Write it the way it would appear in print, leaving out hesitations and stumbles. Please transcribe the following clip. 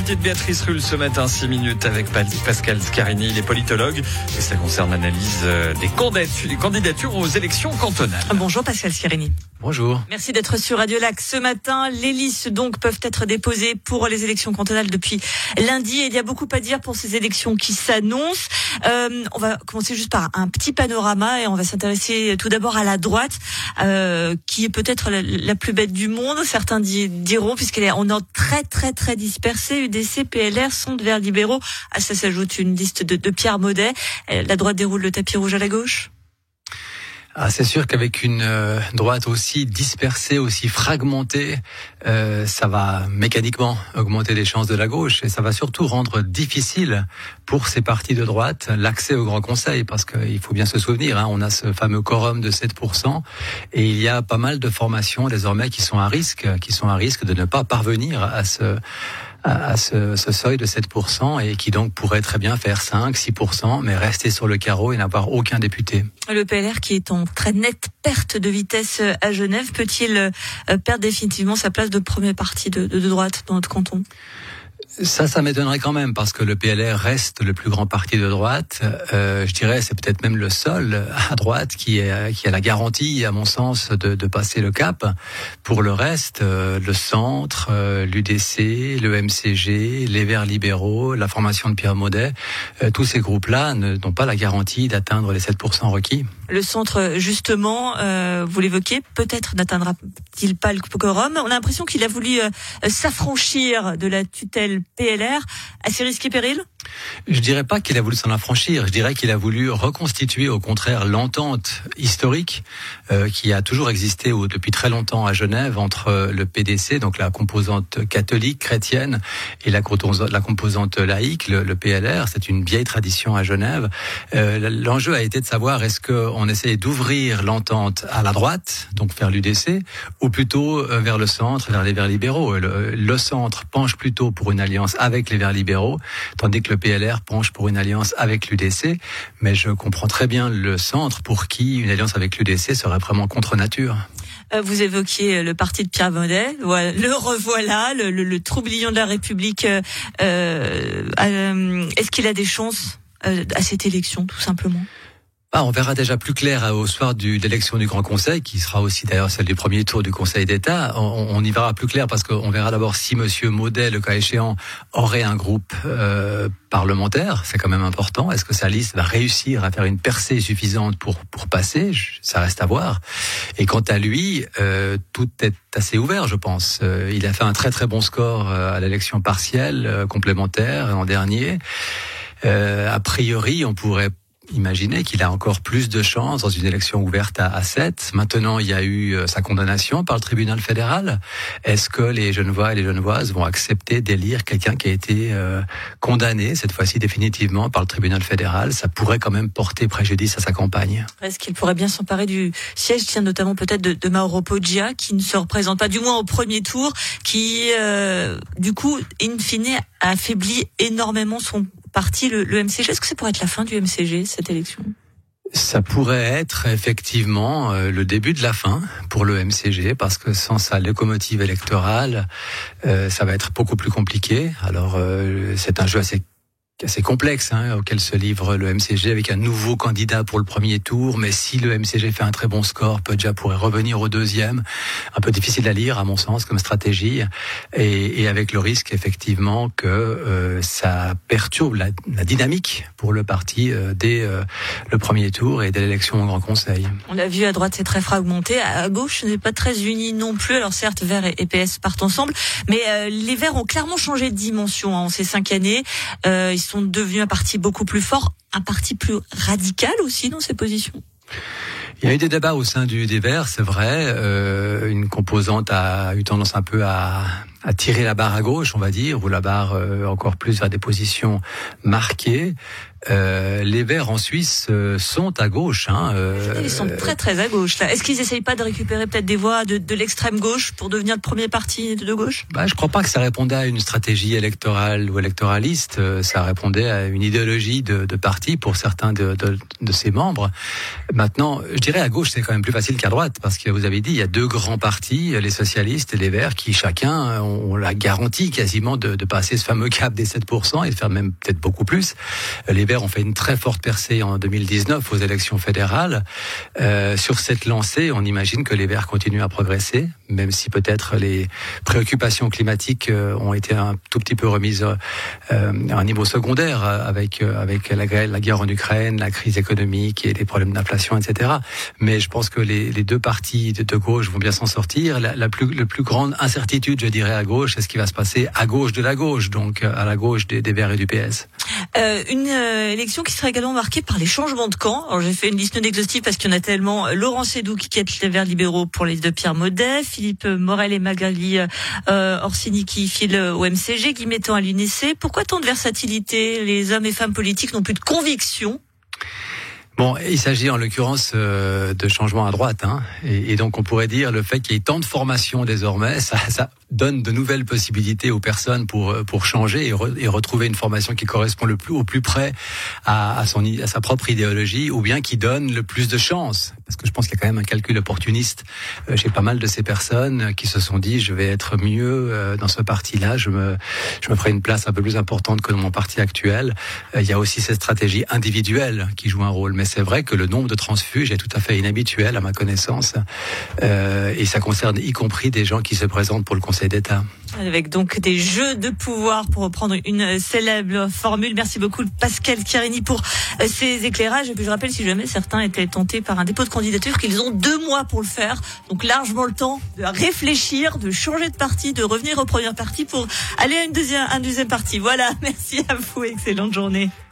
l'invité de Béatrice Rulle ce matin, 6 minutes avec Pascal Scarini, il est politologue et ça concerne l'analyse des candidatures aux élections cantonales. Bonjour Pascal Scarini. Bonjour. Merci d'être sur Radio Lac ce matin. Les listes donc peuvent être déposées pour les élections cantonales depuis lundi et il y a beaucoup à dire pour ces élections qui s'annoncent. On va commencer juste par un petit panorama et on va s'intéresser tout d'abord à la droite qui est peut-être la plus bête du monde, certains diront, puisqu'on est très dispersé. UDC, PLR, Centre Verts libéraux. À ça s'ajoute une liste de Pierre Maudet. La droite déroule le tapis rouge à la gauche. C'est sûr qu'avec une droite aussi dispersée, aussi fragmentée, ça va mécaniquement augmenter les chances de la gauche et ça va surtout rendre difficile pour ces partis de droite l'accès au Grand Conseil, parce qu'il faut bien se souvenir, on a ce fameux quorum de 7% et il y a pas mal de formations désormais qui sont à risque de ne pas parvenir à ce seuil de 7% et qui donc pourrait très bien faire 5-6%, mais rester sur le carreau et n'avoir aucun député. Le PLR qui est en très nette perte de vitesse à Genève, peut-il perdre définitivement sa place de premier parti de droite dans notre canton ? Ça m'étonnerait quand même, parce que le PLR reste le plus grand parti de droite. Je dirais, c'est peut-être même le seul à droite qui a la garantie, à mon sens, de passer le cap. Pour le reste, le centre, l'UDC, le MCG, les Verts libéraux, la formation de Pierre Maudet, tous ces groupes-là n'ont pas la garantie d'atteindre les 7% requis. Le centre, justement, vous l'évoquez, peut-être n'atteindra-t-il pas le quorum. On a l'impression qu'il a voulu s'affranchir de la tutelle PLR à ses risques et périls. Je dirais pas qu'il a voulu s'en affranchir, je dirais qu'il a voulu reconstituer au contraire l'entente historique qui a toujours existé depuis très longtemps à Genève entre le PDC, donc la composante catholique chrétienne, et la composante laïque, le PLR. C'est une vieille tradition à Genève. L'enjeu a été de savoir, est-ce qu'on essayait d'ouvrir l'entente à la droite, donc vers l'UDC, ou plutôt vers le centre, vers les Verts libéraux. Le centre penche plutôt pour une alliance avec les Verts libéraux, tandis que le PLR penche pour une alliance avec l'UDC, mais je comprends très bien le centre pour qui une alliance avec l'UDC serait vraiment contre nature. Vous évoquiez le parti de Pierre Maudet, le revoilà, le troublion de la République. Est-ce qu'il a des chances à cette élection, tout simplement ? On verra déjà plus clair au soir de l'élection du Grand Conseil, qui sera aussi d'ailleurs celle du premier tour du Conseil d'État. On y verra plus clair parce qu'on verra d'abord si Monsieur Maudet, le cas échéant, aurait un groupe parlementaire. C'est quand même important. Est-ce que sa liste va réussir à faire une percée suffisante pour passer ? Ça reste à voir. Et quant à lui, tout est assez ouvert, je pense. Il a fait un très bon score à l'élection partielle complémentaire l'an dernier. A priori, on pourrait imaginez qu'il a encore plus de chances dans une élection ouverte à 7. Maintenant, il y a eu sa condamnation par le tribunal fédéral. Est-ce que les Genevois et les Genevoises vont accepter d'élire quelqu'un qui a été condamné, cette fois-ci définitivement, par le tribunal fédéral ? Ça pourrait quand même porter préjudice à sa campagne. Est-ce qu'il pourrait bien s'emparer du siège, notamment peut-être de Mauro Poggia, qui ne se représente pas, du moins au premier tour, qui, du coup, in fine, a affaibli énormément son parti, le MCG. Est-ce que ça pourrait être la fin du MCG, cette élection ? Ça pourrait être effectivement le début de la fin pour le MCG, parce que sans sa locomotive électorale, ça va être beaucoup plus compliqué. Alors, c'est un jeu assez complexe auquel se livre le MCG, avec un nouveau candidat pour le premier tour. Mais si le MCG fait un très bon score, Poggia pourrait revenir au deuxième. Un peu difficile à lire, à mon sens, comme stratégie, et avec le risque effectivement que ça perturbe la dynamique pour le parti dès le premier tour et dès l'élection au Grand Conseil. On l'a vu, à droite c'est très fragmenté, à gauche ce n'est pas très uni non plus. Alors certes, Verts et PS partent ensemble, mais les Verts ont clairement changé de dimension en ces 5 années. Ils sont devenus un parti beaucoup plus fort, un parti plus radical aussi dans ses positions. Il y a eu des débats au sein des Verts, c'est vrai. Une composante a eu tendance un peu à tirer la barre à gauche, on va dire, ou la barre encore plus vers des positions marquées. Les Verts en Suisse sont à gauche. Ils sont très à gauche là. Est-ce qu'ils essayent pas de récupérer peut-être des voix de l'extrême gauche pour devenir le premier parti de gauche ? Je crois pas que ça répondait à une stratégie électorale ou électoraliste. Ça répondait à une idéologie de parti pour certains de ses membres. Maintenant, je dirais à gauche c'est quand même plus facile qu'à droite, parce que vous avez dit il y a 2 grands partis, les socialistes et les Verts, qui chacun ont ont la garantie quasiment de passer ce fameux cap des 7% et de faire même peut-être beaucoup plus. Les Verts ont fait une très forte percée en 2019 aux élections fédérales. Sur cette lancée, on imagine que les Verts continuent à progresser, même si peut-être les préoccupations climatiques ont été un tout petit peu remises à un niveau secondaire avec la guerre en Ukraine, la crise économique et les problèmes d'inflation, etc. Mais je pense que les deux partis de gauche vont bien s'en sortir. La plus grande incertitude, je dirais, à gauche, c'est ce qui va se passer à gauche de la gauche, donc à la gauche des Verts et du PS. Une élection qui sera également marquée par les changements de camp. Alors j'ai fait une liste non exhaustive parce qu'il y en a tellement. Laurent Seydoux qui quitte les Verts libéraux pour les de Pierre Maudet, Philippe Morel et Magali Orsini qui filent au MCG, Guy Mettan à l'UNEC. Pourquoi tant de versatilité? Les hommes et femmes politiques n'ont plus de conviction. Bon, il s'agit en l'occurrence de changements à droite, hein, et donc on pourrait dire le fait qu'il y ait tant de formations désormais, ça donne de nouvelles possibilités aux personnes pour changer et retrouver une formation qui correspond au plus près à sa propre idéologie, ou bien qui donne le plus de chances. Parce que je pense qu'il y a quand même un calcul opportuniste chez pas mal de ces personnes qui se sont dit je vais être mieux dans ce parti-là, je me ferai une place un peu plus importante que dans mon parti actuel. Il y a aussi cette stratégie individuelle qui joue un rôle. Mais c'est vrai que le nombre de transfuges est tout à fait inhabituel à ma connaissance, et ça concerne y compris des gens qui se présentent pour le Conseil d'État. Avec donc des jeux de pouvoir, pour reprendre une célèbre formule. Merci beaucoup Pascal Chiarini pour ces éclairages. Et puis je rappelle, si jamais certains étaient tentés par un dépôt de candidature, qu'ils ont 2 mois pour le faire, donc largement le temps de réfléchir, de changer de parti, de revenir au premier parti pour aller à un deuxième parti. Voilà, merci à vous, excellente journée.